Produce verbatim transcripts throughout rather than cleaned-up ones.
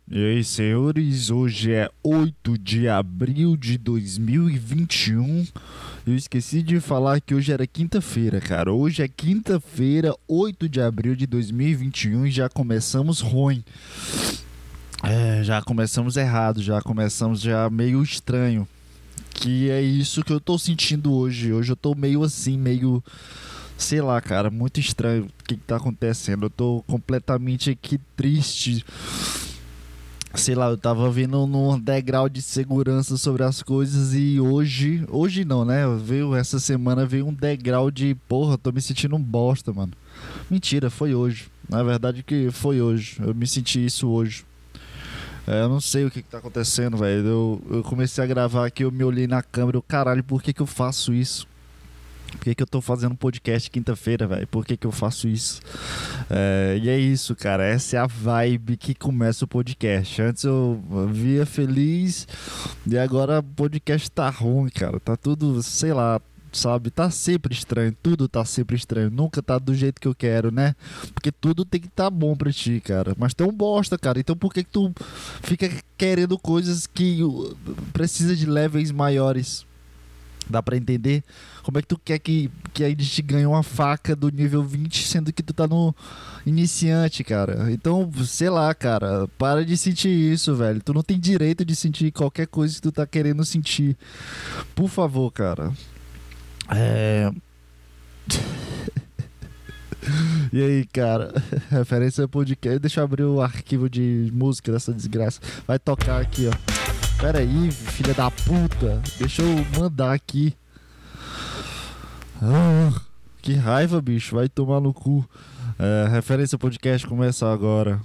E aí, senhores, hoje é oito de abril de dois mil e vinte e um. Eu esqueci de falar que hoje era quinta-feira, cara. Hoje é quinta-feira, oito de abril de dois mil e vinte e um e já começamos ruim. É, já começamos errado, já começamos já meio estranho. Que é isso que eu tô sentindo hoje. Hoje eu tô meio assim, meio... Sei lá, cara, muito estranho o que, que tá acontecendo. Eu tô completamente aqui triste. Sei lá, eu tava vindo num degrau de segurança sobre as coisas e hoje... Hoje não, né? Veio, essa semana veio um degrau de... Porra, tô me sentindo um bosta, mano. Mentira, foi hoje. Na verdade que foi hoje. Eu me senti isso hoje. É, eu não sei o que, que tá acontecendo, velho. Eu, eu comecei a gravar aqui, eu me olhei na câmera. Eu, caralho, por que que eu faço isso? Por que que eu tô fazendo podcast quinta-feira, velho? Por que que eu faço isso? É, e é isso, cara. Essa é a vibe que começa o podcast. Antes eu via feliz e agora o podcast tá ruim, cara. Tá tudo, sei lá, sabe? Tá sempre estranho. Tudo tá sempre estranho. Nunca tá do jeito que eu quero, né? Porque tudo tem que tá bom pra ti, cara. Mas tu é um bosta, cara. Então por que que tu fica querendo coisas que precisa de levels maiores? Dá pra entender? Como é que tu quer que, que a gente ganhe uma faca do nível vinte, sendo que tu tá no iniciante, cara? Então, sei lá, cara, para de sentir isso, velho. Tu não tem direito de sentir qualquer coisa que tu tá querendo sentir. Por favor, cara. É... E aí, cara? Referência ao podcast. Deixa eu abrir o arquivo de música dessa desgraça. Vai tocar aqui, ó. Pera aí, filha da puta. Deixa eu mandar aqui. Ah, que raiva, bicho. Vai tomar no cu. É, referência ao podcast começa agora.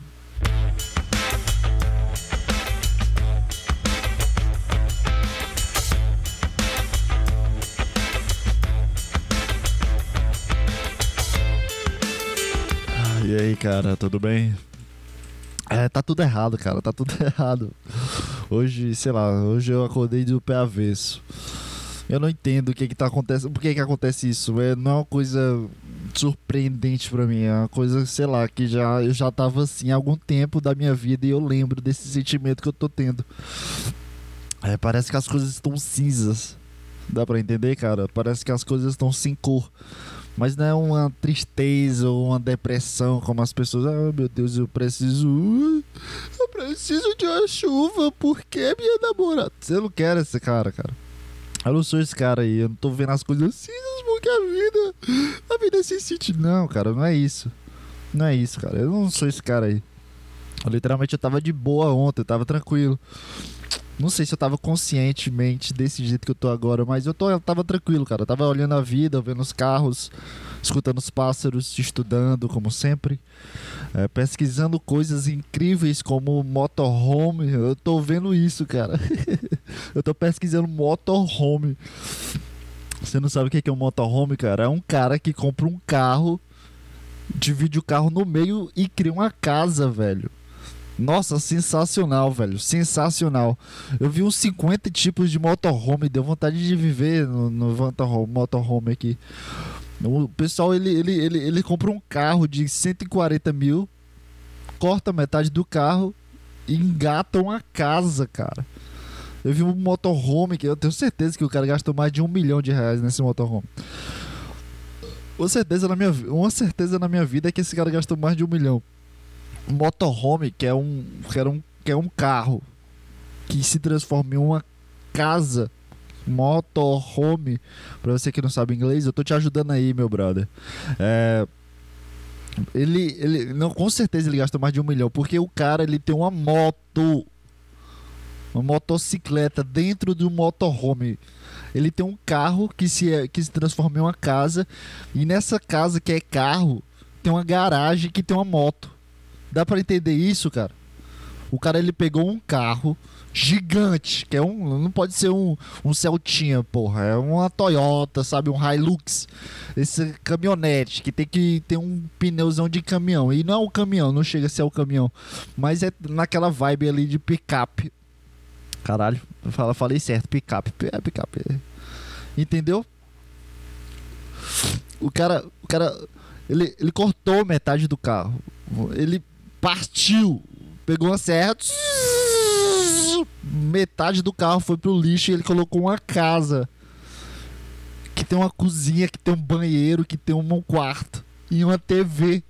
E aí, cara, tudo bem? É, tá tudo errado, cara, tá tudo errado. Hoje, sei lá, hoje eu acordei do pé avesso. Eu não entendo o que que tá acontecendo. Por que que acontece isso? É, não é uma coisa surpreendente pra mim. É uma coisa, sei lá, que já, eu já tava assim há algum tempo da minha vida e eu lembro desse sentimento que eu tô tendo. É, parece que as coisas estão cinzas. Dá pra entender, cara? Parece que as coisas estão sem cor. Mas não é uma tristeza ou uma depressão como as pessoas... Ah, meu Deus, eu preciso... Eu preciso de uma chuva, porque minha namorada... Eu não quero esse cara, cara. Eu não sou esse cara aí. Eu não tô vendo as coisas cinzas porque a vida... A vida é sem sentido. Não, cara, não é isso. Não é isso, cara. Eu não sou esse cara aí. Eu, literalmente, eu tava de boa ontem. Eu tava tranquilo. Não sei se eu tava conscientemente desse jeito que eu tô agora, mas eu, tô, eu tava tranquilo, cara. Eu tava olhando a vida, vendo os carros, escutando os pássaros, estudando, como sempre. É, pesquisando coisas incríveis como motorhome. Eu tô vendo isso, cara. Eu tô pesquisando motorhome. Você não sabe o que é um motorhome, cara? É um cara que compra um carro, divide o carro no meio e cria uma casa, velho. Nossa, sensacional, velho. Sensacional. Eu vi uns cinquenta tipos de motorhome. Deu vontade de viver no, no motorhome aqui. O pessoal, ele, ele, ele, ele compra um carro de cento e quarenta mil, corta metade do carro e engata uma casa, cara. Eu vi um motorhome que eu tenho certeza que o cara gastou mais de um milhão de reais nesse motorhome. Uma certeza na minha, uma certeza na minha vida é que esse cara gastou mais de um milhão. Motorhome, que é um, que era um, que é um carro que se transforma em uma casa. Motorhome, pra você que não sabe inglês, eu tô te ajudando aí, meu brother. É, ele, ele, não, com certeza ele gasta mais de um milhão, porque o cara, ele tem uma moto, uma motocicleta dentro do motorhome. Ele tem um carro que se, que se transforma em uma casa, e nessa casa que é carro, tem uma garagem que tem uma moto. Dá pra entender isso, cara? O cara, ele pegou um carro gigante, que é um... Não pode ser um, um Celtinha, porra. É uma Toyota, sabe? Um Hilux. Esse caminhonete, que tem que ter um pneuzão de caminhão. E não é um caminhão, não chega a ser o caminhão. Mas é naquela vibe ali de picape. Caralho, eu falei certo, picape. É picape. Entendeu? O cara... O cara... Ele, ele cortou metade do carro. Ele... Partiu pegou uma serra, metade do carro foi pro lixo e ele colocou uma casa que tem uma cozinha, que tem um banheiro, que tem um quarto e uma T V.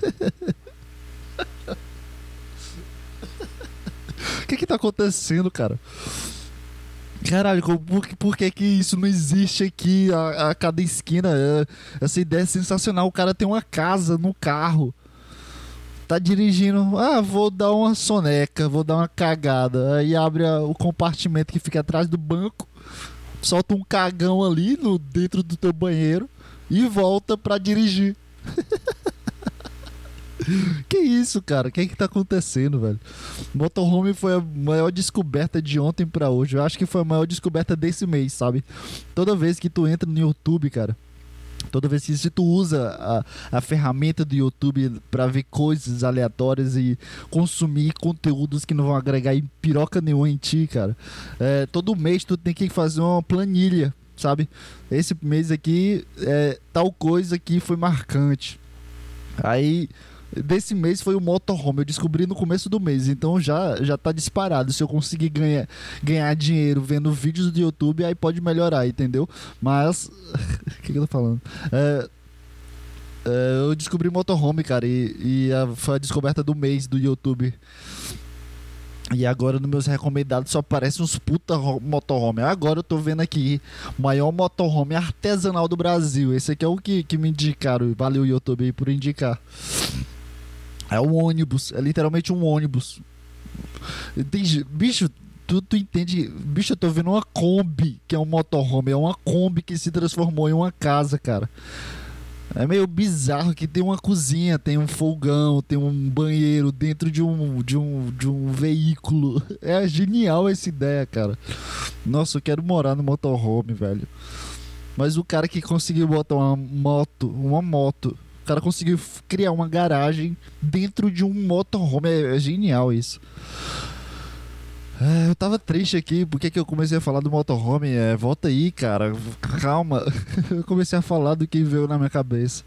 O que que tá acontecendo, cara? Caralho, por, por que que isso não existe aqui a, a cada esquina? É, essa ideia é sensacional. O cara tem uma casa no carro, tá dirigindo, ah, vou dar uma soneca, vou dar uma cagada. Aí abre a, o compartimento que fica atrás do banco, solta um cagão ali no, dentro do teu banheiro e volta pra dirigir. Que isso, cara? O que é que tá acontecendo, velho? Motorhome foi a maior descoberta de ontem pra hoje. Eu acho que foi a maior descoberta desse mês, sabe? Toda vez que tu entra no YouTube, cara, toda vez que se tu usa a, a ferramenta do YouTube pra ver coisas aleatórias e consumir conteúdos que não vão agregar em piroca nenhuma em ti, cara, é, todo mês tu tem que fazer uma planilha, sabe? Esse mês aqui, é, tal coisa aqui foi marcante. Aí, desse mês foi o motorhome. Eu descobri no começo do mês, então já, já tá disparado. Se eu conseguir ganhar, ganhar dinheiro vendo vídeos do YouTube, aí pode melhorar, entendeu? Mas, o que, que eu tô falando? É, é, eu descobri motorhome, cara, e, e a, foi a descoberta do mês do YouTube. E agora nos meus recomendados só aparecem uns puta motorhome. Agora eu tô vendo aqui o maior motorhome artesanal do Brasil. Esse aqui é o que, que me indicaram. Valeu, YouTube, aí por indicar. É um ônibus, é literalmente um ônibus. Tem, bicho, tu, tu entende? Bicho, eu tô vendo uma Kombi, que é um motorhome. É uma Kombi que se transformou em uma casa, cara. É meio bizarro que tem uma cozinha, tem um fogão, tem um banheiro dentro de um, de um, de um veículo. É genial essa ideia, cara. Nossa, eu quero morar no motorhome, velho. Mas o cara que conseguiu botar uma moto, uma moto, o cara conseguiu criar uma garagem dentro de um motorhome. É, é genial isso. É, eu tava triste aqui, por que que eu comecei a falar do motorhome? É, volta aí, cara, calma. Eu comecei a falar do que veio na minha cabeça.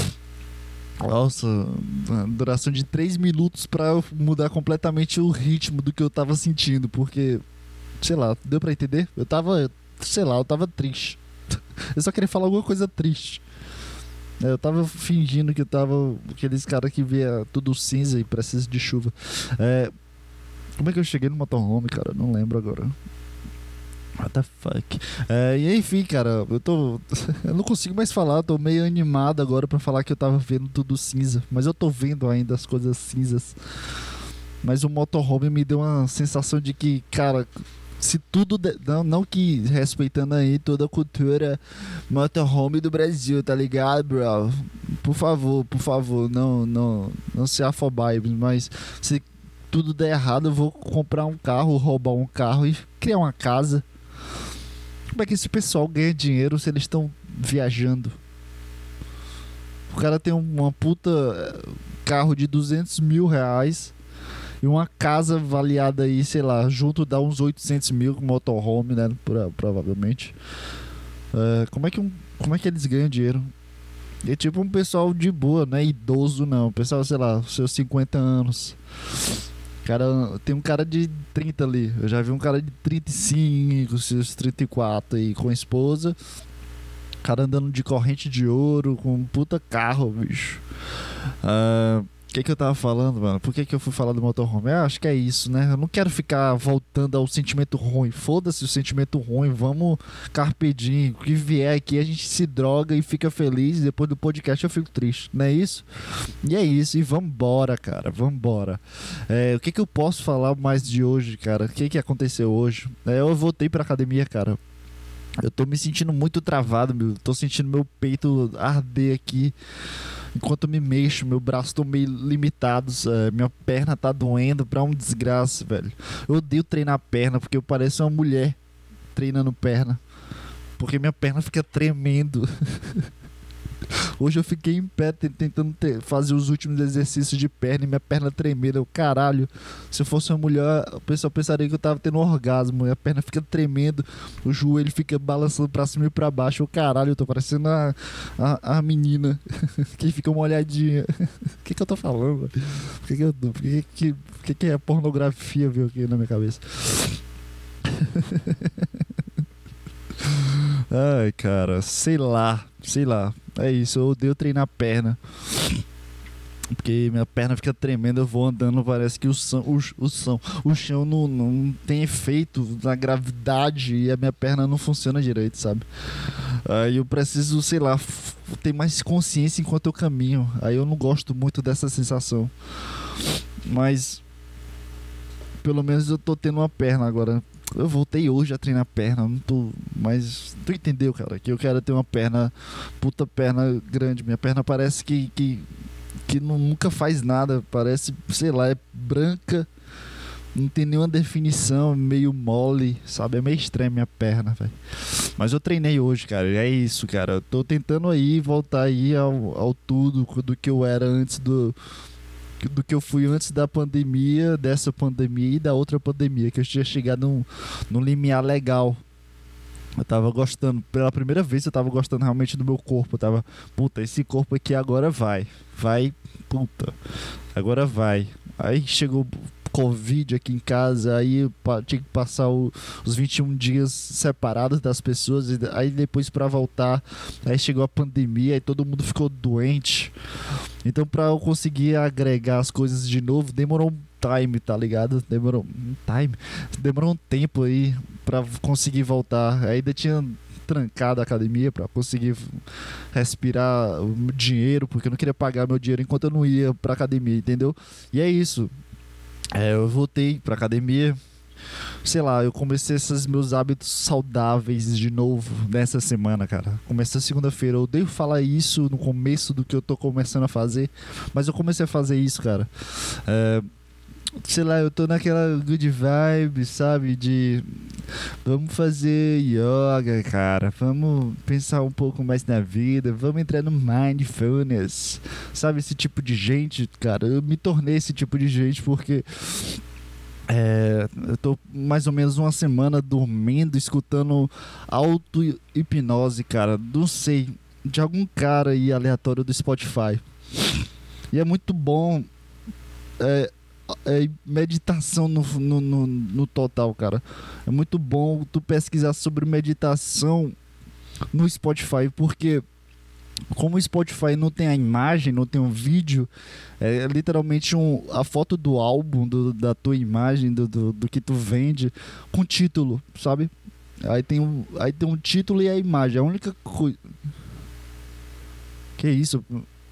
Nossa, duração de três minutos pra eu mudar completamente o ritmo do que eu tava sentindo, porque, sei lá, deu pra entender? Eu tava, sei lá, eu tava triste. Eu só queria falar alguma coisa triste. Eu tava fingindo que eu tava aqueles caras que via tudo cinza e precisa de chuva. É... Como é que eu cheguei no motorhome, cara? Não lembro agora. What the fuck? É, e enfim, cara, eu tô. Eu não consigo mais falar, eu tô meio animado agora pra falar que eu tava vendo tudo cinza. Mas eu tô vendo ainda as coisas cinzas. Mas o motorhome me deu uma sensação de que, cara, se tudo. De... Não, não que respeitando aí toda a cultura motorhome do Brasil, tá ligado, bro? Por favor, por favor, não, não, não se afobai, mas se tudo der errado, eu vou comprar um carro, roubar um carro e criar uma casa. Como é que esse pessoal ganha dinheiro se eles estão viajando? O cara tem uma puta carro de duzentos mil reais e uma casa avaliada aí, sei lá, junto dá uns oitocentos mil com motorhome, né? Provavelmente. É, como é que um, como é que eles ganham dinheiro? É tipo um pessoal de boa, não é idoso não. Pessoal, sei lá, seus cinquenta anos. Cara, tem um cara de trinta ali. Eu já vi um cara de trinta e cinco, seus trinta e quatro aí, com a esposa. Cara andando de corrente de ouro, com um puta carro, bicho. Ah... Uh... O que que eu tava falando, mano? Por que que eu fui falar do motorhome? Eu acho que é isso, né? Eu não quero ficar voltando ao sentimento ruim. Foda-se o sentimento ruim. Vamos carpe diem. O que vier aqui, a gente se droga e fica feliz. Depois do podcast eu fico triste. Não é isso? E é isso. E vambora, cara. Vambora. É, o que que eu posso falar mais de hoje, cara? O que que aconteceu hoje? É, eu voltei pra academia, cara. Eu tô me sentindo muito travado, meu. Tô sentindo meu peito arder aqui. Enquanto eu me mexo, meu braço tô meio limitado, sabe? Minha perna tá doendo pra um desgraça, velho. Eu odeio treinar perna porque eu pareço uma mulher treinando perna. Porque minha perna fica tremendo. Hoje eu fiquei em pé tentando ter, fazer os últimos exercícios de perna e minha perna tremendo. Eu, caralho, se eu fosse uma mulher, o pessoal pensaria que eu tava tendo um orgasmo. Minha perna fica tremendo, o joelho fica balançando pra cima e pra baixo. Eu, caralho, eu tô parecendo a, a, a menina que fica uma olhadinha. O que que eu tô falando? Por que que, eu, por que, que, por que, que é pornografia veio aqui na minha cabeça? Ai, cara, sei lá, sei lá. É isso, eu odeio treinar perna. Porque minha perna fica tremendo, eu vou andando, parece que o, som, o, o, som, o chão não, não tem efeito na gravidade e a minha perna não funciona direito, sabe? Aí eu preciso, sei lá, f- ter mais consciência enquanto eu caminho. Aí eu não gosto muito dessa sensação. Mas pelo menos eu tô tendo uma perna agora. Eu voltei hoje a treinar perna, não tô. Mas tu entendeu, cara? Que eu quero ter uma perna, puta perna grande. Minha perna parece que, que, que não- nunca faz nada. Parece, sei lá, é branca, não tem nenhuma definição, meio mole, sabe? É meio estranha minha perna, velho. Mas eu treinei hoje, cara. E é isso, cara. Eu tô tentando aí voltar aí ao, ao tudo do que eu era antes do. Do que eu fui antes da pandemia, dessa pandemia e da outra pandemia, que eu tinha chegado num, num limiar legal. Eu tava gostando, pela primeira vez eu tava gostando realmente do meu corpo. Eu tava, puta, esse corpo aqui agora vai, vai, puta, agora vai. Aí chegou Covid aqui em casa, aí eu pa- tinha que passar o- os vinte e um dias separados das pessoas, e da- aí depois pra voltar, aí chegou a pandemia, aí todo mundo ficou doente. Então pra eu conseguir agregar as coisas de novo, demorou um time, tá ligado? Demorou um time, demorou um tempo aí pra conseguir voltar. Aí ainda tinha trancado a academia pra conseguir respirar o dinheiro, porque eu não queria pagar meu dinheiro enquanto eu não ia pra academia, entendeu? E é isso. É, eu voltei pra academia. Sei lá, eu comecei esses meus hábitos saudáveis de novo nessa semana, cara. Comecei segunda-feira. Eu odeio falar isso no começo do que eu tô começando a fazer, mas eu comecei a fazer isso, cara. É, sei lá, eu tô naquela good vibe, sabe? De vamos fazer yoga, cara. Vamos pensar um pouco mais na vida. Vamos entrar no mindfulness. Sabe, esse tipo de gente, cara. Eu me tornei esse tipo de gente porque é, eu tô mais ou menos uma semana dormindo, escutando auto-hipnose, cara. Não sei, de algum cara aí aleatório do Spotify. E é muito bom. É, é meditação no, no, no, no total, cara. É muito bom tu pesquisar sobre meditação no Spotify, porque como o Spotify não tem a imagem, não tem um vídeo, é literalmente um, a foto do álbum, do, da tua imagem, do, do, do que tu vende, com título, sabe? Aí tem, um, aí tem um título e a imagem. A única coisa. Que isso?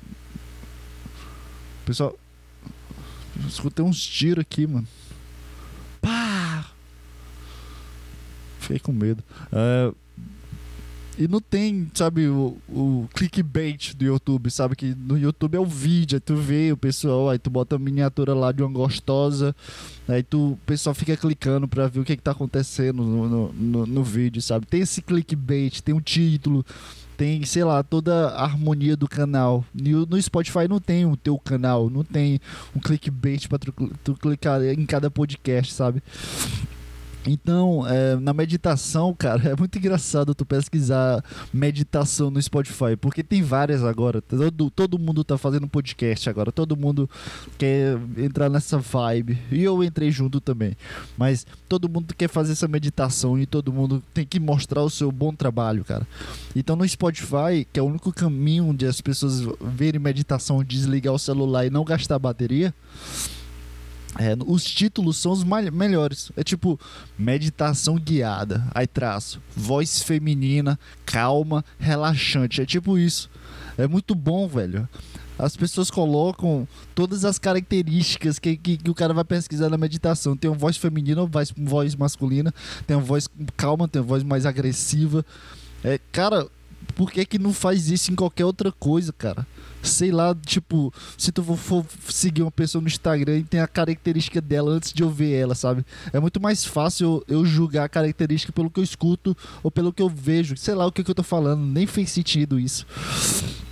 Pessoal, eu escutei uns tiros aqui, mano. Pá! Fiquei com medo. É. E não tem, sabe, o, o clickbait do YouTube, sabe? Que no YouTube é o vídeo, aí tu vê o pessoal, aí tu bota a miniatura lá de uma gostosa, aí tu, o pessoal fica clicando pra ver o que que tá acontecendo no, no, no, no vídeo, sabe? Tem esse clickbait, tem um título, tem, sei lá, toda a harmonia do canal. No, no Spotify não tem o teu canal, não tem um clickbait pra tu, tu clicar em cada podcast, sabe? Então, é, na meditação, cara, é muito engraçado tu pesquisar meditação no Spotify, porque tem várias agora. Todo, todo mundo tá fazendo podcast agora, todo mundo quer entrar nessa vibe. E eu entrei junto também. Mas todo mundo quer fazer essa meditação e todo mundo tem que mostrar o seu bom trabalho, cara. Então no Spotify, que é o único caminho onde as pessoas verem meditação, desligar o celular e não gastar bateria. É, os títulos são os ma- melhores. É tipo, meditação guiada. Aí traço, voz feminina, calma, relaxante. É tipo isso. É muito bom, velho. As pessoas colocam todas as características que, que, que o cara vai pesquisar na meditação. Tem uma voz feminina, uma voz, voz masculina. Tem uma voz calma, tem uma voz mais agressiva. É, cara, por que que não faz isso em qualquer outra coisa, cara? Sei lá, tipo, se tu for seguir uma pessoa no Instagram e tem a característica dela antes de eu ver ela, sabe? É muito mais fácil eu, eu julgar a característica pelo que eu escuto ou pelo que eu vejo. Sei lá o que, que eu tô falando, nem fez sentido isso.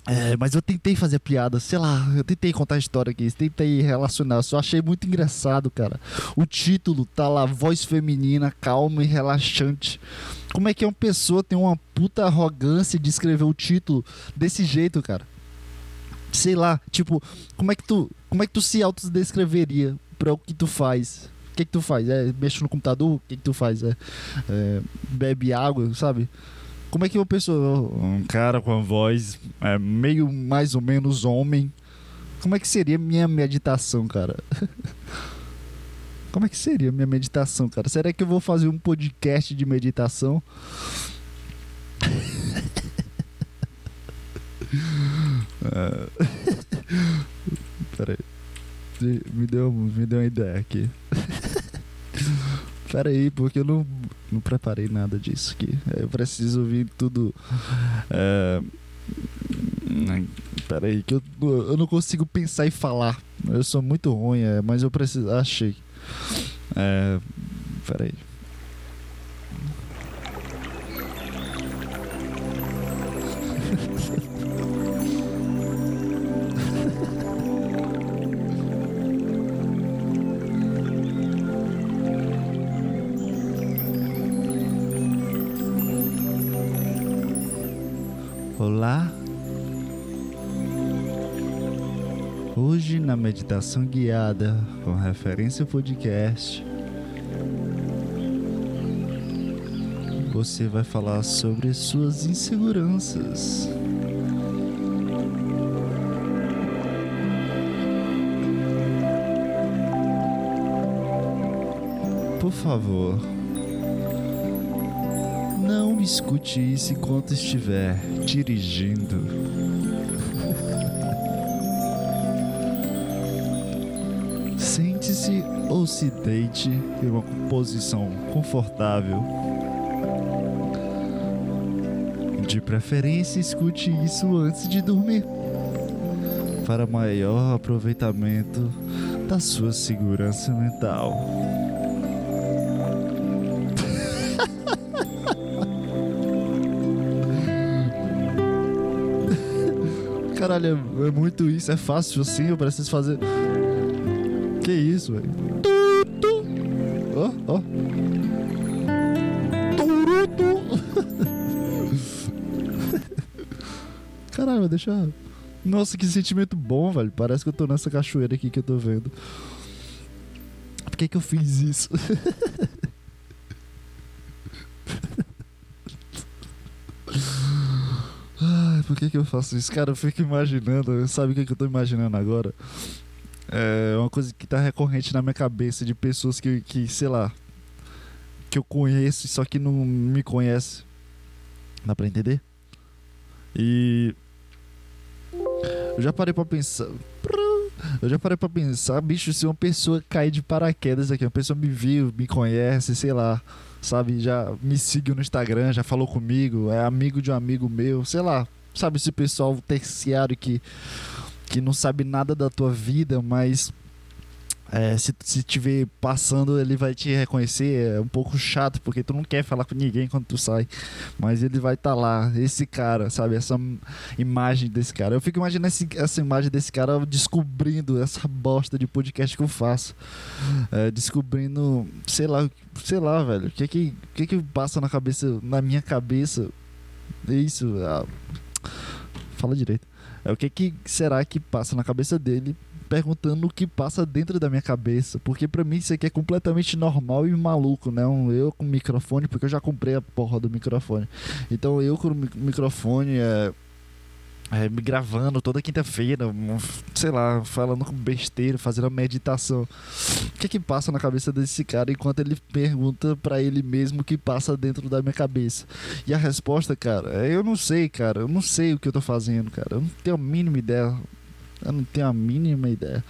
É, mas eu tentei fazer piada, sei lá, eu tentei contar a história aqui, tentei relacionar, só achei muito engraçado, cara. O título tá lá, voz feminina, calma e relaxante. Como é que uma pessoa tem uma puta arrogância de escrever o título desse jeito, cara? Sei lá, tipo, como é que tu, como é que tu se autodescreveria pra o que tu faz? O que que tu faz? É, mexe no computador? O que que tu faz? É, é, bebe água, sabe? Como é que uma pessoa, um cara com a voz é, meio mais ou menos homem, como é que seria minha meditação, cara? Como é que seria minha meditação, cara? Será que eu vou fazer um podcast de meditação? uh... Peraí. Me deu, me deu uma ideia aqui. Pera aí, porque eu não, não preparei nada disso aqui. Eu preciso ouvir tudo. É... Pera aí, que eu, eu não consigo pensar e falar. Eu sou muito ruim, é, mas eu preciso. Achei. É... Pera aí. Olá! Hoje na meditação guiada com referência ao podcast, você vai falar sobre suas inseguranças. Por favor, não escute isso enquanto estiver dirigindo. Sente-se ou se deite em uma posição confortável. De preferência, escute isso antes de dormir, para maior aproveitamento da sua segurança mental. Caralho, é muito isso, é fácil assim, eu preciso fazer. Que isso, velho? Ó, ó. Caralho, deixa. Nossa, que sentimento bom, velho. Parece que eu tô nessa cachoeira aqui que eu tô vendo. Por que que eu fiz isso? Ai, por que que eu faço isso? Cara, eu fico imaginando. Sabe o que que eu tô imaginando agora? É uma coisa que tá recorrente na minha cabeça de pessoas que, que sei lá, que eu conheço, só que não me conhece. Dá pra entender? E eu já parei pra pensar. Eu já parei pra pensar, bicho, se uma pessoa cair de paraquedas aqui, uma pessoa me viu, me conhece, sei lá, sabe, já me seguiu no Instagram, já falou comigo, é amigo de um amigo meu, sei lá, sabe, esse pessoal terciário que, que não sabe nada da tua vida, mas é, se, se te ver passando, ele vai te reconhecer. É um pouco chato, porque tu não quer falar com ninguém quando tu sai, mas ele vai estar tá lá, esse cara, sabe, essa imagem desse cara. Eu fico imaginando esse, essa imagem desse cara descobrindo essa bosta de podcast que eu faço, é, descobrindo, sei lá, sei lá, velho, o que que, que que passa na cabeça, na minha cabeça, é isso, ah, fala direito, é, o que que será que passa na cabeça dele, perguntando o que passa dentro da minha cabeça, porque pra mim isso aqui é completamente normal e maluco, né? Um, eu com microfone, porque eu já comprei a porra do microfone, então eu com o microfone é, é, me gravando toda quinta-feira, sei lá, falando com besteira, fazendo a meditação. O que é que passa na cabeça desse cara enquanto ele pergunta pra ele mesmo o que passa dentro da minha cabeça? E a resposta, cara, é, eu não sei, cara, eu não sei o que eu tô fazendo, cara, eu não tenho a mínima ideia. Eu não tenho a mínima ideia.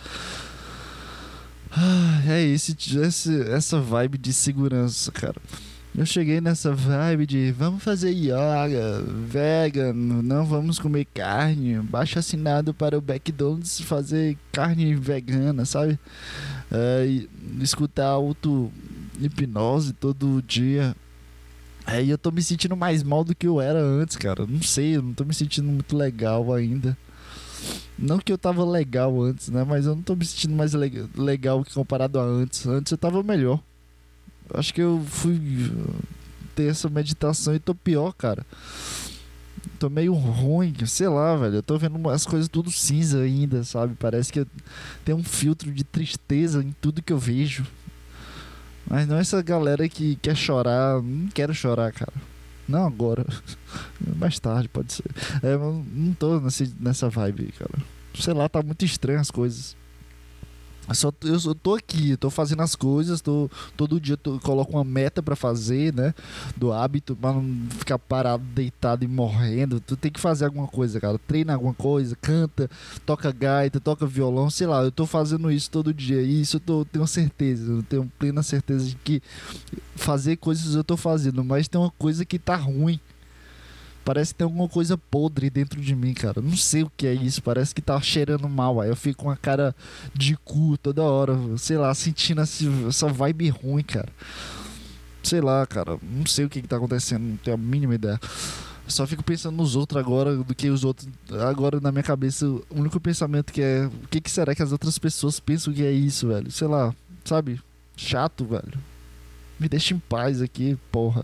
Ah, é esse, esse, essa vibe de segurança, cara. Eu cheguei nessa vibe de vamos fazer yoga, vegan, não vamos comer carne, baixo assinado para o McDonald's fazer carne vegana, sabe? É, escutar auto-hipnose todo dia. Aí eu tô me sentindo mais mal do que eu era antes, cara. Não sei, eu não tô me sentindo muito legal ainda. Não que eu tava legal antes, né? Mas eu não tô me sentindo mais le- legal que comparado a antes. Antes eu tava melhor. Acho que eu fui ter essa meditação e tô pior, cara. Tô meio ruim, sei lá, velho. Eu tô vendo as coisas tudo cinza ainda, sabe? Parece que eu tenho um filtro de tristeza em tudo que eu vejo. Mas não essa galera que quer chorar. Não quero chorar, cara. Não agora. Mais tarde, pode ser. É, eu não tô nesse, nessa vibe, cara. Sei lá, tá muito estranho as coisas. Eu só, eu só tô aqui, eu tô fazendo as coisas, tô, todo dia eu tô- coloco uma meta pra fazer, né? Do hábito, pra não ficar parado, deitado e morrendo. Tu tem que fazer alguma coisa, cara. Treina alguma coisa, canta, toca gaita, toca violão, sei lá. Eu tô fazendo isso todo dia. E isso eu tô, tenho certeza, eu tenho plena certeza de que fazer coisas eu tô fazendo, mas tem uma coisa que tá ruim. Parece que tem alguma coisa podre dentro de mim, cara. Não sei o que é isso. Parece que tá cheirando mal. Aí eu fico com a cara de cu toda hora. Sei lá, sentindo essa essa vibe ruim, cara. Sei lá, cara. Não sei o que, que tá acontecendo. Não tenho a mínima ideia. Só fico pensando nos outros agora do que os outros. Agora na minha cabeça, o único pensamento que é: o que, que será que as outras pessoas pensam que é isso, velho? Sei lá, sabe? Chato, velho. Me deixa em paz aqui, porra.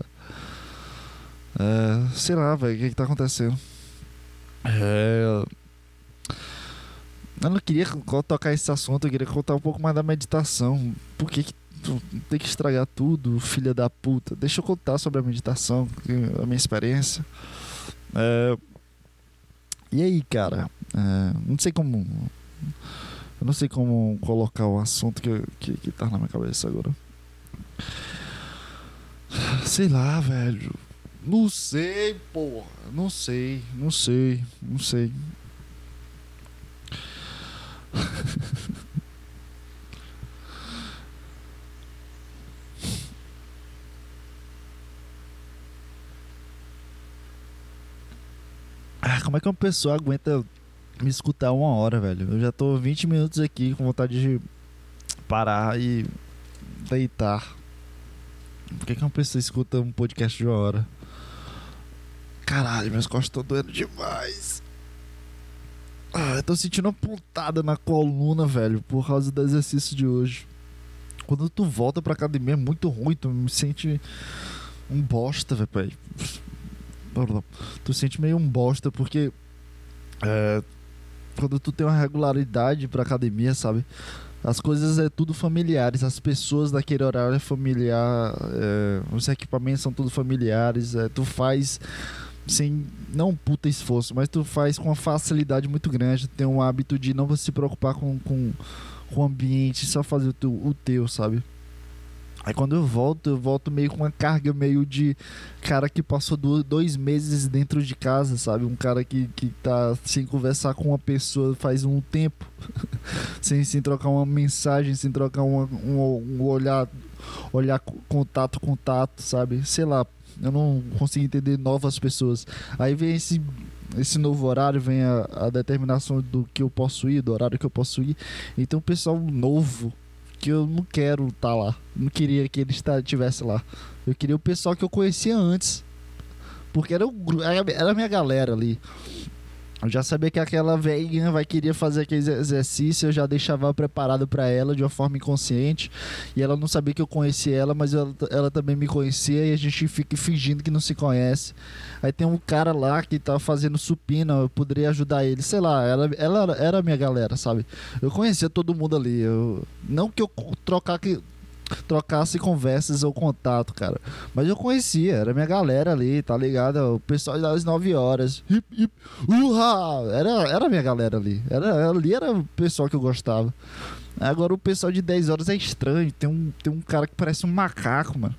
É, sei lá, velho, o que, que tá acontecendo? É, eu não queria co- tocar esse assunto, eu queria contar um pouco mais da meditação. Por que, que tu tem que estragar tudo, filha da puta? Deixa eu contar sobre a meditação, que- a minha experiência. É, e aí, cara? É, não sei como. Eu não sei como colocar o assunto que, que, que tá na minha cabeça agora. Sei lá, velho. Não sei, porra. Não sei, não sei, não sei. Ah, como é que uma pessoa aguenta me escutar uma hora, velho? Eu já tô vinte minutos aqui com vontade de parar e deitar. Por que que uma pessoa escuta um podcast de uma hora? Caralho, meus costas estão doendo demais. Ah, eu tô sentindo uma pontada na coluna, velho, por causa do exercício de hoje. Quando tu volta pra academia é muito ruim, tu me sente um bosta, velho. pai. Tu sente meio um bosta porque é, quando tu tem uma regularidade pra academia, sabe? As coisas é tudo familiares, as pessoas daquele horário é familiar, é, os equipamentos são tudo familiares, é, tu faz sem, não um puta esforço, mas tu faz com uma facilidade muito grande, tem um hábito de não se preocupar com, com, com o ambiente, só fazer o teu, o teu, sabe? Aí quando eu volto, eu volto meio com uma carga meio de cara que passou do- dois meses dentro de casa, sabe? Um cara que, que tá sem conversar com uma pessoa faz um tempo, sem, sem trocar uma mensagem, sem trocar uma- um, um olhar, olhar co- contato, contato, sabe? Sei lá, eu não consigo entender novas pessoas. Aí vem esse, esse novo horário, vem a, a determinação do que eu posso ir, do horário que eu posso ir. Então o pessoal novo que eu não quero estar lá. Não queria que ele estivesse lá. Eu queria o pessoal que eu conhecia antes. Porque era, o, gru- era era a minha galera ali. Eu já sabia que aquela velhinha vai querer fazer aquele exer- exercício, eu já deixava preparado pra ela de uma forma inconsciente. E ela não sabia que eu conhecia ela, mas ela, ela também me conhecia e a gente fica fingindo que não se conhece. Aí tem um cara lá que tá fazendo supino, eu poderia ajudar ele. Sei lá, ela, ela era era a minha galera, sabe? Eu conhecia todo mundo ali. Eu, não que eu trocar que trocasse conversas ou contato, cara. Mas eu conhecia, era minha galera ali, tá ligado? O pessoal das nove horas. Hip, hip, uhá! Era, era minha galera ali. Era, ali era o pessoal que eu gostava. Agora o pessoal de dez horas é estranho. Tem um, tem um cara que parece um macaco, mano.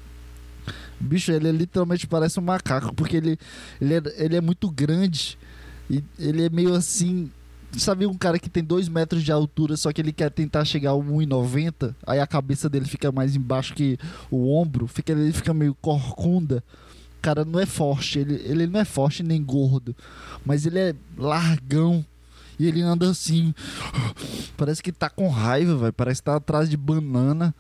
Bicho, ele literalmente parece um macaco, porque ele, ele, é, ele é muito grande. E ele é meio assim. Sabe um cara que tem dois metros de altura, só que ele quer tentar chegar a um e noventa, aí a cabeça dele fica mais embaixo que o ombro, fica, ele fica meio corcunda. O cara não é forte, ele, ele não é forte nem gordo, mas ele é largão. E ele anda assim, parece que tá com raiva, velho, parece que tá atrás de banana.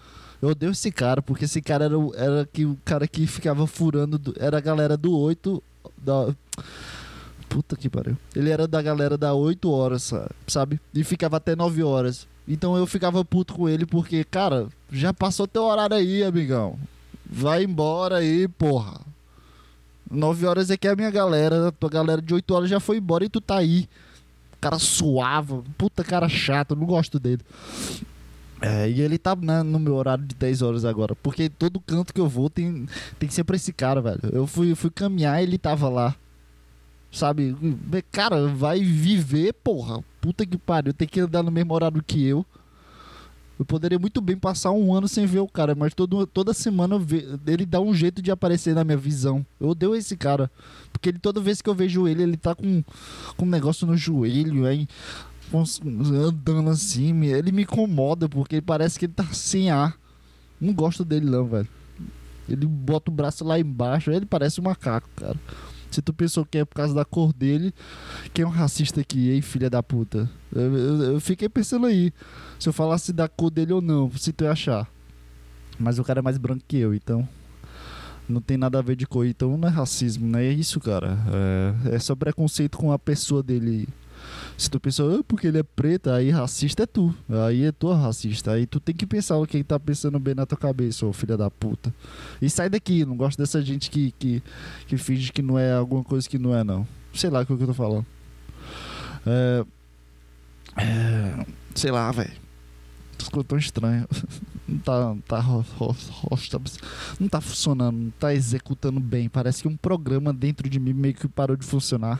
Eu odeio esse cara, porque esse cara era, o- era que, o cara que ficava furando. do- Era a galera do oito Da, puta que pariu. Ele era da galera da oito horas, sa- sabe? E ficava até nove horas. Então eu ficava puto com ele, porque, cara, já passou teu horário aí, amigão. Vai embora aí, porra. Nove horas é que é a minha galera. A tua galera de oito horas já foi embora e tu tá aí. Cara suava. Puta cara chato, eu não gosto dele. É, e ele tá, né, no meu horário de dez horas agora. Porque todo canto que eu vou tem, tem sempre esse cara, velho. Eu fui, fui caminhar e ele tava lá. Sabe? Cara, vai viver, porra. Puta que pariu. Tem que andar no mesmo horário que eu. Eu poderia muito bem passar um ano sem ver o cara, mas todo, toda semana eu ve- ele dá um jeito de aparecer na minha visão. Eu odeio esse cara. Porque ele, toda vez que eu vejo ele, ele tá com, com um negócio no joelho, aí uns- andando assim. me- Ele me incomoda, porque parece que ele tá sem ar. Não gosto dele não, velho. Ele bota o braço lá embaixo, ele parece um macaco, cara. Se tu pensou que é por causa da cor dele, quem é um racista aqui, hein, filha da puta? Eu, eu, eu fiquei pensando aí, se eu falasse da cor dele ou não, se tu ia achar. Mas o cara é mais branco que eu, então não tem nada a ver de cor, então não é racismo, não é isso, cara. É, é só preconceito com a pessoa dele. Se tu pensou, ah, porque ele é preto, aí racista é tu. Aí é tu racista. Aí tu tem que pensar o que tá pensando bem na tua cabeça, ô filha da puta. E sai daqui, não gosto dessa gente que, que, que finge que não é alguma coisa que não é, não. Sei lá o que eu tô falando. É, é, sei lá, velho. Ficou tão estranho. Não tá, tá, ro- ro- ro- não tá funcionando, não tá executando bem. Parece que um programa dentro de mim meio que parou de funcionar.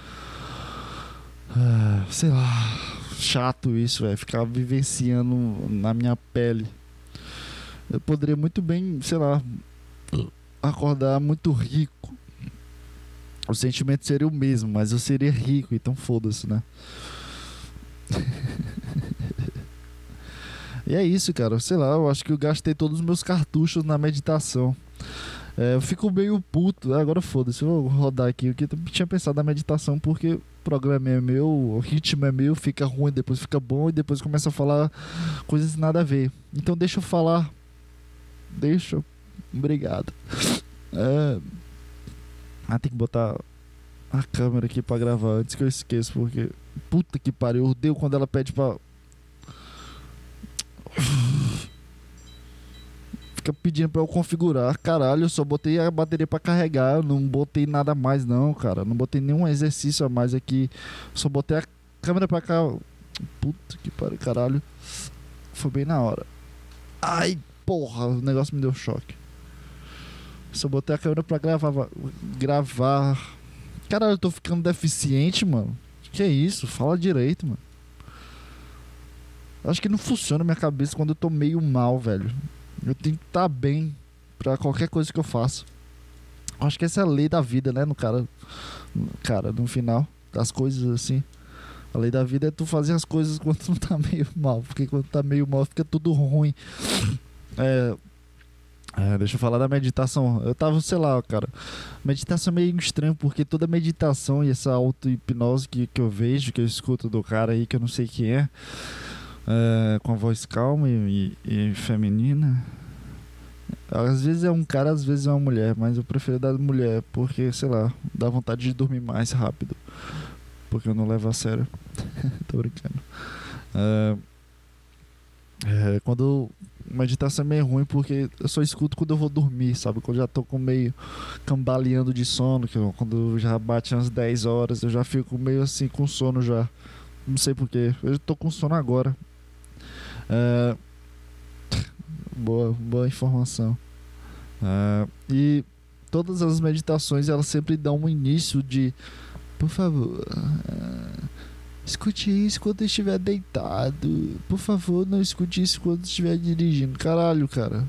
Ah, sei lá, chato isso, velho. Ficar vivenciando na minha pele. Eu poderia muito bem, sei lá, acordar muito rico. O sentimento seria o mesmo, mas eu seria rico, então foda-se, né? E é isso, cara. Sei lá, eu acho que eu gastei todos os meus cartuchos na meditação. É, eu fico meio puto. Agora foda-se, eu vou rodar aqui. Eu tinha pensado na meditação porque o programa é meu, o ritmo é meu, fica ruim, depois fica bom e depois começa a falar coisas nada a ver. Então deixa eu falar. Deixa. Obrigado. É... Ah, tem que botar a câmera aqui pra gravar antes que eu esqueça, porque puta que pariu, eu odeio quando ela pede pra. Fica pedindo pra eu configurar. Caralho, eu só botei a bateria pra carregar. Eu não botei nada mais, não, cara. Não botei nenhum exercício a mais aqui. Só botei a câmera pra cá. Puta que pariu, caralho. Foi bem na hora. Ai, porra, o negócio me deu choque. Só botei a câmera pra gravar. Gravar. Caralho, eu tô ficando deficiente, mano. Que isso? Fala direito, mano. Acho que não funciona minha cabeça quando eu tô meio mal, velho. Eu tenho que estar bem pra qualquer coisa que eu faça. Acho que essa é a lei da vida, né? No cara, cara, no final das coisas assim. A lei da vida é tu fazer as coisas quando tu não tá meio mal. Porque quando tá meio mal fica tudo ruim. É, é, deixa eu falar da meditação. Eu tava, sei lá, cara. Meditação é meio estranho, porque toda meditação e essa auto-hipnose que, que eu vejo, que eu escuto do cara aí, que eu não sei quem é. É, com a voz calma e, e, e feminina. Às vezes é um cara, às vezes é uma mulher, mas eu prefiro da mulher, porque, sei lá, dá vontade de dormir mais rápido. Porque eu não levo a sério. Tô brincando. É, é, quando meditação é meio ruim, porque eu só escuto quando eu vou dormir, sabe? Quando eu já tô com meio cambaleando de sono, que eu, quando já bate umas dez horas, eu já fico meio assim com sono já. Não sei porquê. Eu tô com sono agora. É... Boa, boa informação. É... E todas as meditações elas sempre dão um início de, por favor, é... escute isso quando estiver deitado. Por favor, não escute isso quando estiver dirigindo. Caralho, cara.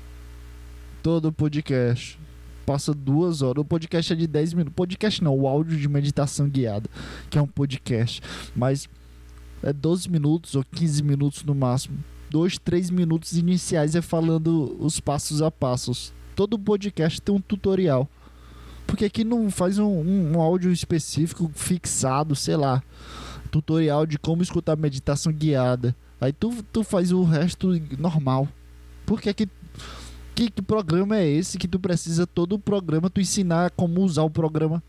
Todo podcast passa duas horas. O podcast é de dez minutos. Podcast não, o áudio de meditação guiada, que é um podcast. Mas é doze minutos ou quinze minutos no máximo. dois, três minutos iniciais é falando os passos a passos. Todo podcast tem um tutorial. Porque aqui não faz um, um, um áudio específico fixado, sei lá. Tutorial de como escutar meditação guiada. Aí tu, tu faz o resto normal. Por que que, que que programa é esse que tu precisa todo o programa tu ensinar como usar o programa?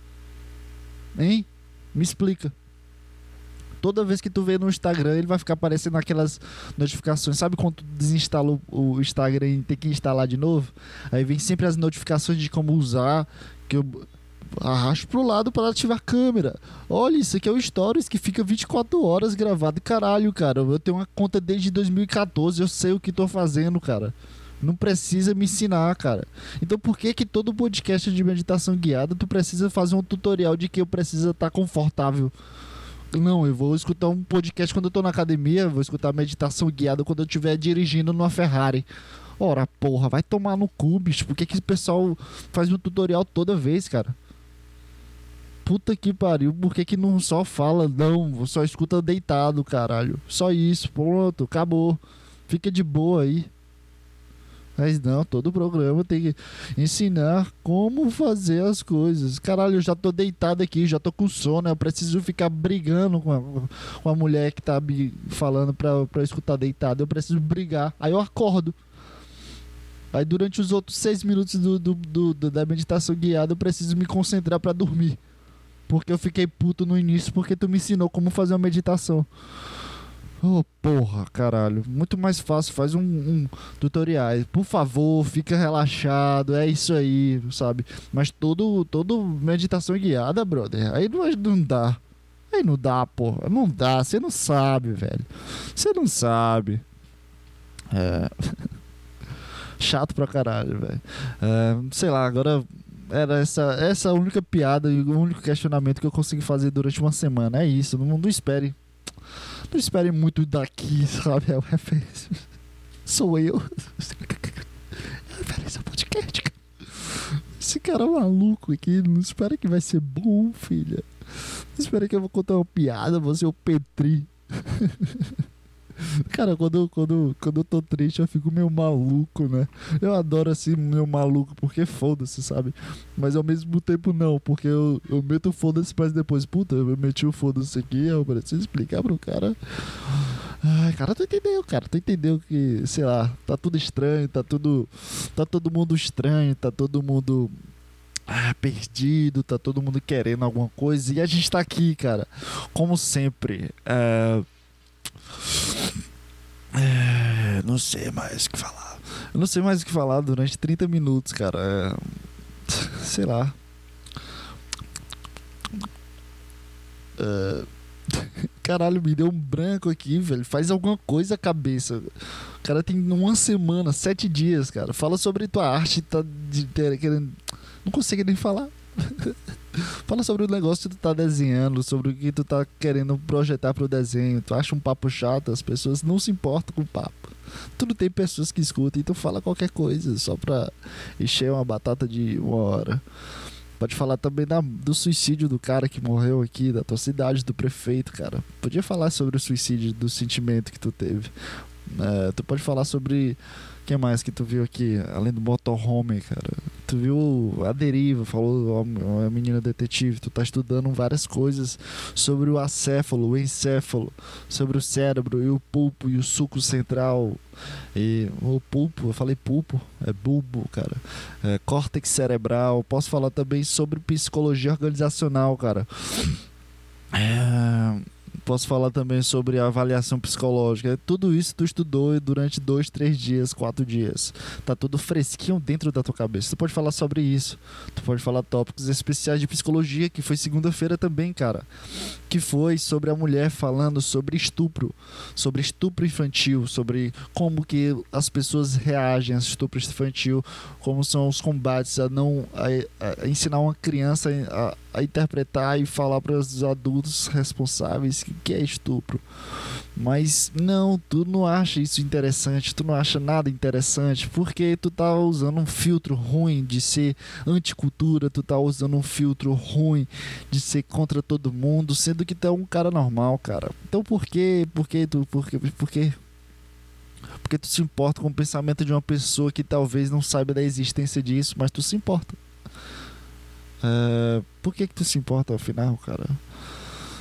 Hein? Me explica. Toda vez que tu vê no Instagram, ele vai ficar aparecendo aquelas notificações. Sabe quando tu desinstala o, o Instagram e tem que instalar de novo? Aí vem sempre as notificações de como usar, que eu arrasto pro lado para ativar a câmera. Olha, isso aqui é o Stories que fica vinte e quatro horas gravado. Caralho, cara, eu tenho uma conta desde dois mil e catorze, eu sei o que tô fazendo, cara. Não precisa me ensinar, cara. Então por que que todo podcast de meditação guiada tu precisa fazer um tutorial de que eu preciso estar confortável? Não, eu vou escutar um podcast quando eu tô na academia, vou escutar meditação guiada quando eu estiver dirigindo numa Ferrari. Ora, porra, vai tomar no cu, bicho. Por que que o pessoal faz um tutorial toda vez, cara? Puta que pariu, por que que não só fala, não, só escuta deitado, caralho. Só isso, pronto, acabou. Fica de boa aí. Mas não, todo programa tem que ensinar como fazer as coisas. Caralho, eu já tô deitado aqui, já tô com sono. Eu preciso ficar brigando com a, com a mulher que tá me falando pra, pra eu escutar deitado. Eu preciso brigar. Aí eu acordo. Aí durante os outros seis minutos do, do, do, do da meditação guiada eu preciso me concentrar pra dormir. Porque eu fiquei puto no início porque tu me ensinou como fazer uma meditação. Oh, porra, caralho. Muito mais fácil, faz um, um tutorial. Por favor, fica relaxado. É isso aí, sabe? Mas todo, todo meditação guiada, brother. Aí não, não dá. Aí não dá, porra. Não dá. Você não sabe, velho. Você não sabe. É. Chato pra caralho, velho. É, sei lá, agora era essa, essa única piada e o único questionamento que eu consegui fazer durante uma semana. É isso. Não, não espere. Não espere muito daqui, sabe? É o referência. Sou eu. É referência ao podcast. Esse cara maluco aqui. Não espera que vai ser bom, filha. Não espera que eu vou contar uma piada. Vou ser o Petri. Cara, quando, quando, quando eu tô triste, eu fico meio maluco, né? Eu adoro assim, meio maluco, porque foda-se, sabe? Mas ao mesmo tempo não, porque eu, eu meto foda-se, mas depois, puta, eu meti o foda-se aqui, eu preciso explicar pro cara. Ai, cara, tu entendeu, cara? Tu entendeu que, sei lá, tá tudo estranho, tá tudo. Tá todo mundo estranho, tá todo mundo. Ah, perdido, tá todo mundo querendo alguma coisa. E a gente tá aqui, cara. Como sempre. É. É, não sei mais o que falar. Eu não sei mais o que falar durante trinta minutos, cara. É, sei lá. É, caralho, me deu um branco aqui, velho. Faz alguma coisa a cabeça. O cara tem uma semana, sete dias, cara. Fala sobre tua arte. Tá de, de, querendo... Não consigo nem falar. Fala sobre o negócio que tu tá desenhando, sobre o que tu tá querendo projetar pro desenho. Tu acha um papo chato, as pessoas não se importam com o papo. Tu não tem pessoas que escutam, então fala qualquer coisa, só pra encher uma batata de uma hora. Pode falar também da, do suicídio do cara que morreu aqui, da tua cidade, do prefeito, cara. Podia falar sobre o suicídio, do sentimento que tu teve. É, tu pode falar sobre... O que mais que tu viu aqui? Além do motorhome, cara. Tu viu a deriva, falou a menina detetive. Tu tá estudando várias coisas sobre o acéfalo, o encéfalo, sobre o cérebro e o pulpo e o suco central. E o pulpo, eu falei pulpo, é bulbo, cara. É, córtex cerebral. Posso falar também sobre psicologia organizacional, cara. É... Posso falar também sobre a avaliação psicológica. Tudo isso tu estudou durante dois, três dias, quatro dias. Tá tudo fresquinho dentro da tua cabeça. Tu pode falar sobre isso. Tu pode falar tópicos especiais de psicologia, que foi segunda-feira também, cara. Que foi sobre a mulher falando sobre estupro. Sobre estupro infantil. Sobre como que as pessoas reagem a estupro infantil. Como são os combates a não... A, a ensinar uma criança a, a interpretar e falar para os adultos responsáveis que, que é estupro. Mas não, tu não acha isso interessante, tu não acha nada interessante, porque tu tá usando um filtro ruim de ser anticultura, tu tá usando um filtro ruim de ser contra todo mundo, sendo que tu é um cara normal, cara. Então por que, por que tu, por que, por que porque tu se importa com o pensamento de uma pessoa que talvez não saiba da existência disso, mas tu se importa. Uh, por que que tu se importa afinal, cara?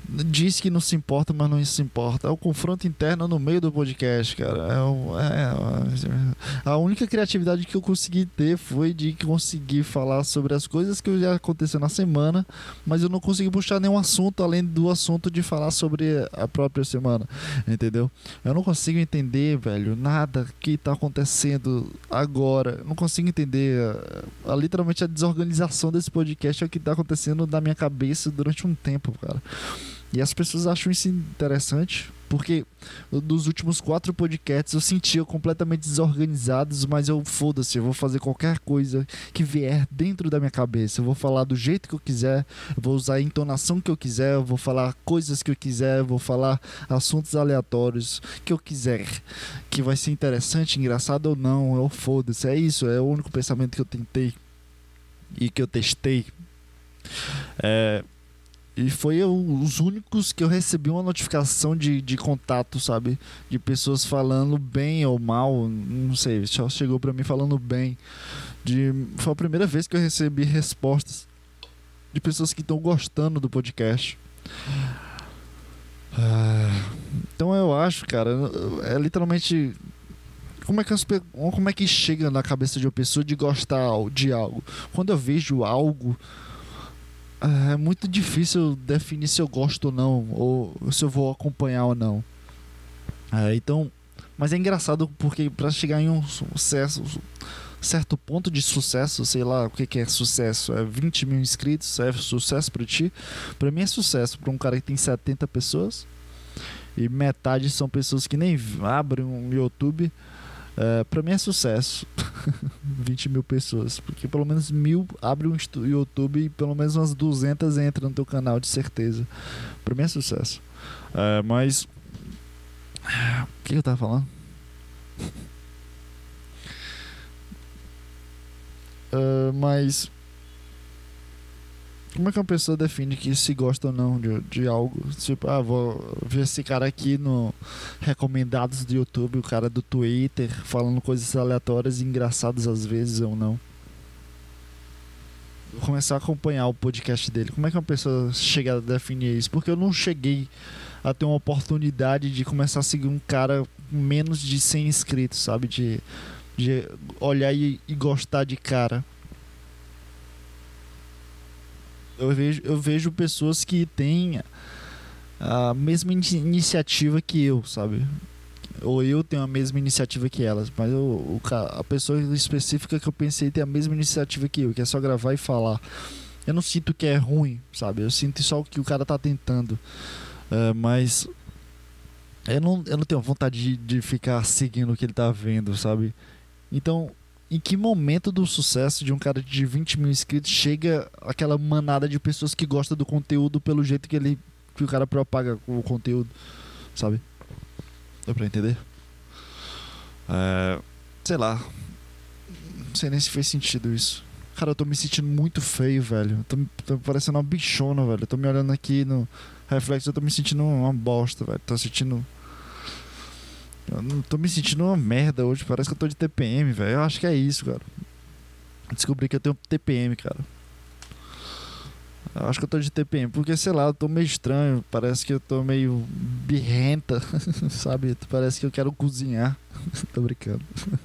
diz que não se importa, mas não se importa. É o confronto interno no meio do podcast, cara. É, um- é- é- a única criatividade que eu consegui ter foi de conseguir falar sobre as coisas que já aconteceram na semana, mas eu não consegui puxar nenhum assunto além do assunto de falar sobre a própria semana, entendeu? Eu não consigo entender, velho, nada que tá acontecendo agora. Eu não consigo entender a, a- literalmente a desorganização desse podcast é o que tá acontecendo na minha cabeça durante um tempo, cara. E as pessoas acham isso interessante, porque nos últimos quatro podcasts eu sentia completamente desorganizados, mas eu foda-se, eu vou fazer qualquer coisa que vier dentro da minha cabeça. Eu vou falar do jeito que eu quiser, eu vou usar a entonação que eu quiser, eu vou falar coisas que eu quiser, eu vou falar assuntos aleatórios que eu quiser. Que vai ser interessante, engraçado ou não, eu foda-se. É isso, é o único pensamento que eu tentei e que eu testei. É. E foi eu- os únicos que eu recebi uma notificação de, de contato, sabe? De pessoas falando bem ou mal, não sei, só chegou pra mim falando bem. De, foi a primeira vez que eu recebi respostas de pessoas que estão gostando do podcast. Ah, então eu acho, cara, é literalmente. Como é, que as pe- como é que chega na cabeça de uma pessoa de gostar de algo? Quando eu vejo algo. Ah, é muito difícil definir se eu gosto ou não, ou se eu vou acompanhar ou não. Ah, então, mas é engraçado porque para chegar em um sucesso, certo ponto de sucesso, sei lá o que, que é sucesso, é vinte mil inscritos, é sucesso para ti? Para mim é sucesso, para um cara que tem setenta pessoas e metade são pessoas que nem abrem um YouTube. É, pra mim é sucesso. vinte mil pessoas. Porque pelo menos mil abrem um YouTube e pelo menos umas duzentas entram no teu canal, de certeza. Pra mim é sucesso. É, mas. O que eu tava falando? É, mas. Como é que uma pessoa define que se gosta ou não de, de algo? Tipo, ah, vou ver esse cara aqui no recomendados do YouTube, o cara do Twitter, falando coisas aleatórias e engraçadas às vezes ou não. Vou começar a acompanhar o podcast dele. Como é que uma pessoa chega a definir isso? Porque eu não cheguei a ter uma oportunidade de começar a seguir um cara com menos de cem inscritos, sabe? De, de olhar e, e gostar de cara. Eu vejo, eu vejo pessoas que têm a mesma ini- iniciativa que eu, sabe? Ou eu tenho a mesma iniciativa que elas, mas eu, o, ca- a pessoa específica que eu pensei tem a mesma iniciativa que eu, que é só gravar e falar. Eu não sinto que é ruim, sabe? Eu sinto só o que o cara tá tentando. É, mas eu não, eu não tenho vontade de, de ficar seguindo o que ele tá vendo, sabe? Então, em que momento do sucesso de um cara de vinte mil inscritos chega aquela manada de pessoas que gostam do conteúdo pelo jeito que ele que o cara propaga o conteúdo, sabe? Dá pra entender? É, sei lá. Não sei nem se fez sentido isso. Cara, eu tô me sentindo muito feio, velho. Tô, me- tô parecendo uma bichona, velho. Eu tô me olhando aqui no reflexo, eu tô me sentindo uma bosta, velho. Tô sentindo. Eu não tô me sentindo uma merda hoje. Parece que eu tô de T P M, velho. Eu acho que é isso, cara. Descobri que eu tenho T P M, cara. Eu acho que eu tô de T P M. Porque, sei lá, eu tô meio estranho. Parece que eu tô meio birrenta, sabe? Parece que eu quero cozinhar. Tô brincando.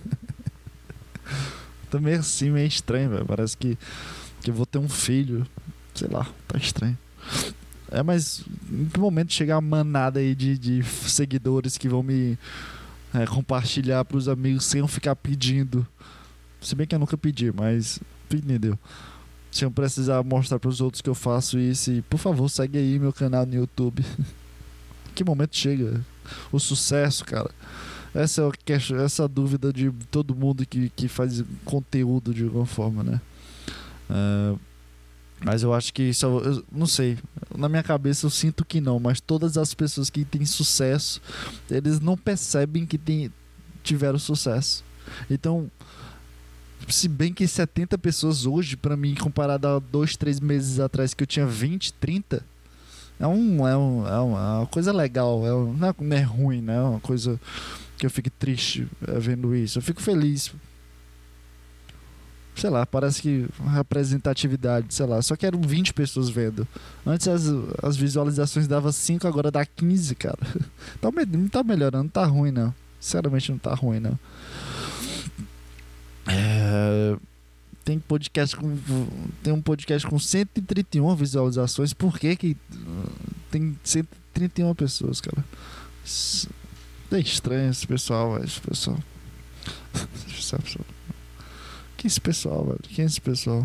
Tô meio assim, meio estranho, velho. Parece que, que eu vou ter um filho. Sei lá, tá estranho. É, mas em que momento chegar uma manada aí de, de seguidores que vão me é, compartilhar pros amigos sem eu ficar pedindo? Se bem que eu nunca pedi, mas entendeu? Se eu precisar mostrar pros outros que eu faço isso, e por favor, segue aí meu canal no YouTube. Que momento chega o sucesso, cara? Essa é, o que- essa é a dúvida de todo mundo que, que faz conteúdo de alguma forma, né? Ah, mas eu acho que isso, eu não sei, na minha cabeça eu sinto que não, mas todas as pessoas que têm sucesso, eles não percebem que tem, tiveram sucesso. Então, se bem que setenta pessoas hoje, pra mim, comparado a dois, três meses atrás que eu tinha vinte, trinta, é, um, é, um, é uma coisa legal, é um, não, é, não é ruim, né? É uma coisa que eu fico triste é, vendo isso. Eu fico feliz. sei lá, parece que representatividade, sei lá, só que eram vinte pessoas vendo. Antes as, as visualizações davam cinco, agora dá quinze, cara. Tá, não tá melhorando, não tá ruim não. Sinceramente não tá ruim não. É, tem podcast com tem um podcast com cento e trinta e uma visualizações. Por que que tem cento e trinta e uma pessoas, cara? É estranho esse pessoal, velho, esse pessoal. Esse pessoal. Quem é esse pessoal, velho? Quem é esse pessoal?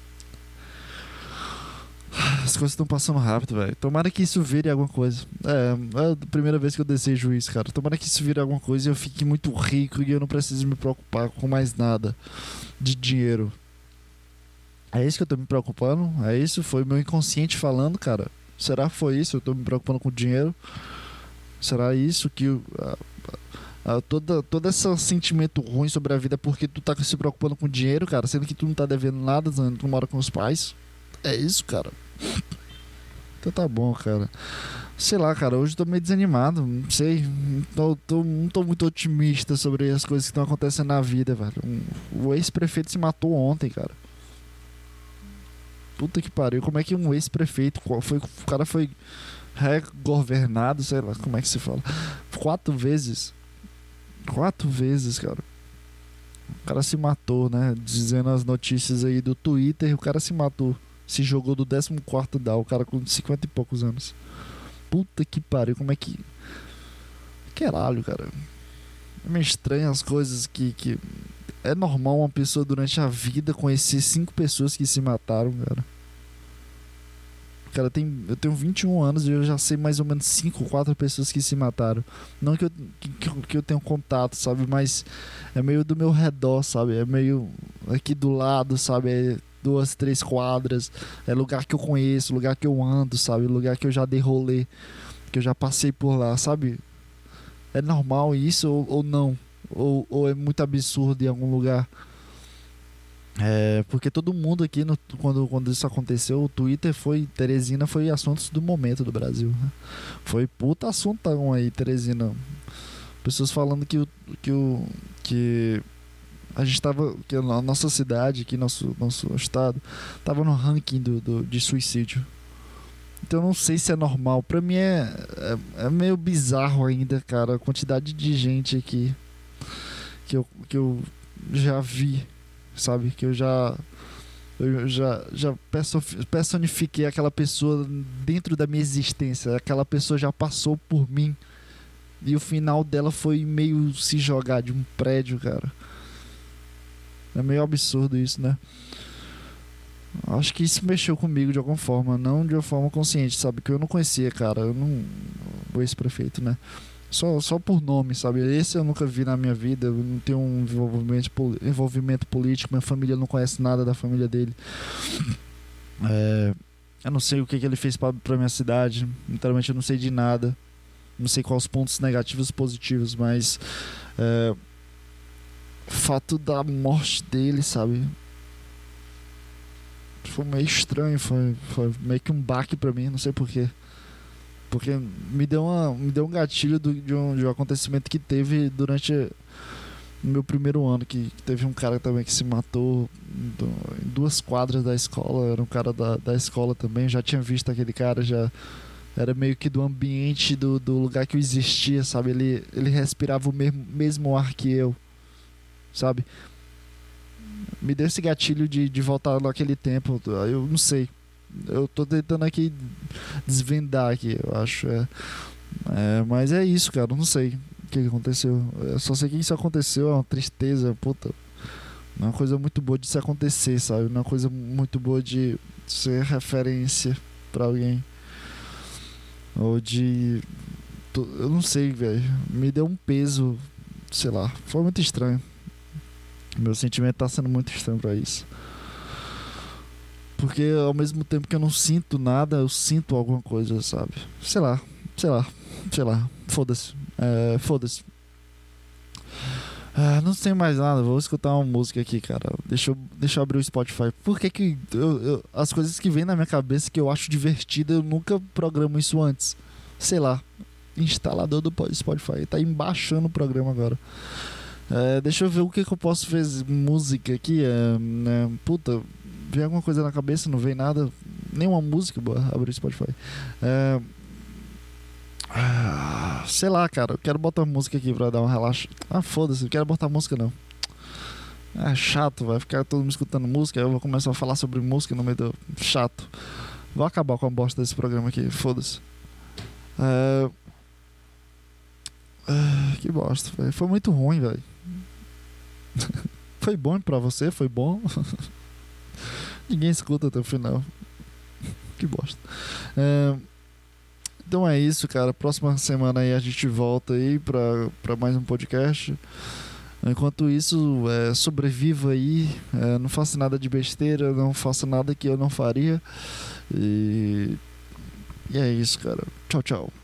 As coisas estão passando rápido, velho. Tomara que isso vire alguma coisa. É, é a primeira vez que eu desejo isso, cara. Tomara que isso vire alguma coisa e eu fique muito rico e eu não preciso me preocupar com mais nada de dinheiro. É isso que eu tô me preocupando? É isso? Foi meu inconsciente falando, cara? Será que foi isso? Eu tô me preocupando com dinheiro? Será isso que... Eu, a, a, toda, todo esse sentimento ruim sobre a vida é porque tu tá se preocupando com dinheiro, cara, sendo que tu não tá devendo nada, tu mora com os pais? É isso, cara? Então tá bom, cara. Sei lá, cara, hoje eu tô meio desanimado. Não sei. Tô, tô, não tô muito otimista sobre as coisas que estão acontecendo na vida, velho. Um, o ex-prefeito se matou ontem, cara. Puta que pariu. Como é que um ex-prefeito foi, o cara foi regovernado, sei lá, como é que se fala? Quatro vezes. Quatro vezes, cara. O cara se matou, né? Dizendo as notícias aí do Twitter, o cara se matou. Se jogou do décimo quarto andar, o cara com cinquenta e poucos anos. Puta que pariu, como é que... Caralho, cara. É meio estranho as coisas que, que... É normal uma pessoa durante a vida conhecer cinco pessoas que se mataram, cara. Cara, tem, eu tenho vinte e um anos e eu já sei mais ou menos cinco, quatro pessoas que se mataram. Não que eu, que, que eu tenho contato, sabe? Mas é meio do meu redor, sabe? É meio aqui do lado, sabe? É duas, três quadras. É lugar que eu conheço, lugar que eu ando, sabe? Lugar que eu já dei rolê, que eu já passei por lá, sabe? É normal isso ou, ou não? Ou, ou é muito absurdo em algum lugar? É, porque todo mundo aqui, no, quando, quando isso aconteceu, o Twitter foi, Teresina foi assuntos do momento do Brasil, né? Foi puta assuntão aí, Teresina. Pessoas falando que o que, o, que a gente tava, que a nossa cidade, aqui, nosso, nosso estado, tava no ranking do, do, de suicídio. Então eu não sei se é normal. Pra mim é, é, é meio bizarro ainda, cara, a quantidade de gente aqui que eu, que eu já vi, sabe? Que eu já eu já, já personifiquei aquela pessoa dentro da minha existência. Aquela pessoa já passou por mim e o final dela foi meio se jogar de um prédio, cara. É meio absurdo isso, né? Acho que isso mexeu comigo de alguma forma, não de uma forma consciente, sabe? Que eu não conhecia, cara. Eu não... O ex-prefeito, né? Só, só por nome, sabe? Esse eu nunca vi na minha vida. Eu não tenho um envolvimento, envolvimento político. Minha família não conhece nada da família dele. É, eu não sei o que, que ele fez pra, pra minha cidade. Literalmente eu não sei de nada. Não sei quais os pontos negativos e positivos, mas... É, o fato da morte dele, sabe? Foi meio estranho. Foi, foi meio que um baque pra mim. Não sei porquê. Porque me deu, uma, me deu um gatilho do, de, um, de um acontecimento que teve durante o meu primeiro ano, que, que teve um cara também que se matou do, em duas quadras da escola. Era um cara da, da escola também, já tinha visto aquele cara, já era meio que do ambiente do, do lugar que eu existia, sabe? Ele, ele respirava o mesmo, mesmo ar que eu, sabe? Me deu esse gatilho de, de voltar naquele tempo, eu não sei. Eu tô tentando aqui desvendar aqui, eu acho. É. É, mas é isso, cara. Eu não sei o que aconteceu. Eu só sei que isso aconteceu. É uma tristeza, puta. Não é uma coisa muito boa de se acontecer, sabe? Não é uma coisa muito boa de ser referência pra alguém. Ou de... Eu não sei, velho. Me deu um peso, sei lá. Foi muito estranho. Meu sentimento tá sendo muito estranho pra isso. Porque ao mesmo tempo que eu não sinto nada, eu sinto alguma coisa, sabe? Sei lá, sei lá, sei lá. Foda-se. É, foda-se. Ah, não sei mais nada, vou escutar uma música aqui, cara. Deixa eu, deixa eu abrir o Spotify. Por que que eu, eu, as coisas que vêm na minha cabeça que eu acho divertida, eu nunca programo isso antes? Sei lá. Instalador do Spotify. Tá embaixando o programa agora. É, deixa eu ver o que, que eu posso fazer música aqui. É, né, puta, vem alguma coisa na cabeça, não vem nada. Nenhuma música, boa, abrir o Spotify. É, ah, sei lá, cara, eu quero botar música aqui pra dar um relaxo. Ah, foda-se, não quero botar música não. É chato, vai ficar todo mundo escutando música. Aí eu vou começar a falar sobre música no meio do. Chato. Vou acabar com a bosta desse programa aqui, foda-se. É... Ah, que bosta, velho. Foi muito ruim, velho. Foi bom pra você? Foi bom? Ninguém escuta até o final. Que bosta. É... Então é isso, cara. Próxima semana aí a gente volta aí pra, pra mais um podcast. Enquanto isso, é, sobreviva aí. É, não faça nada de besteira. Não faça nada que eu não faria. E, e é isso, cara. Tchau, tchau.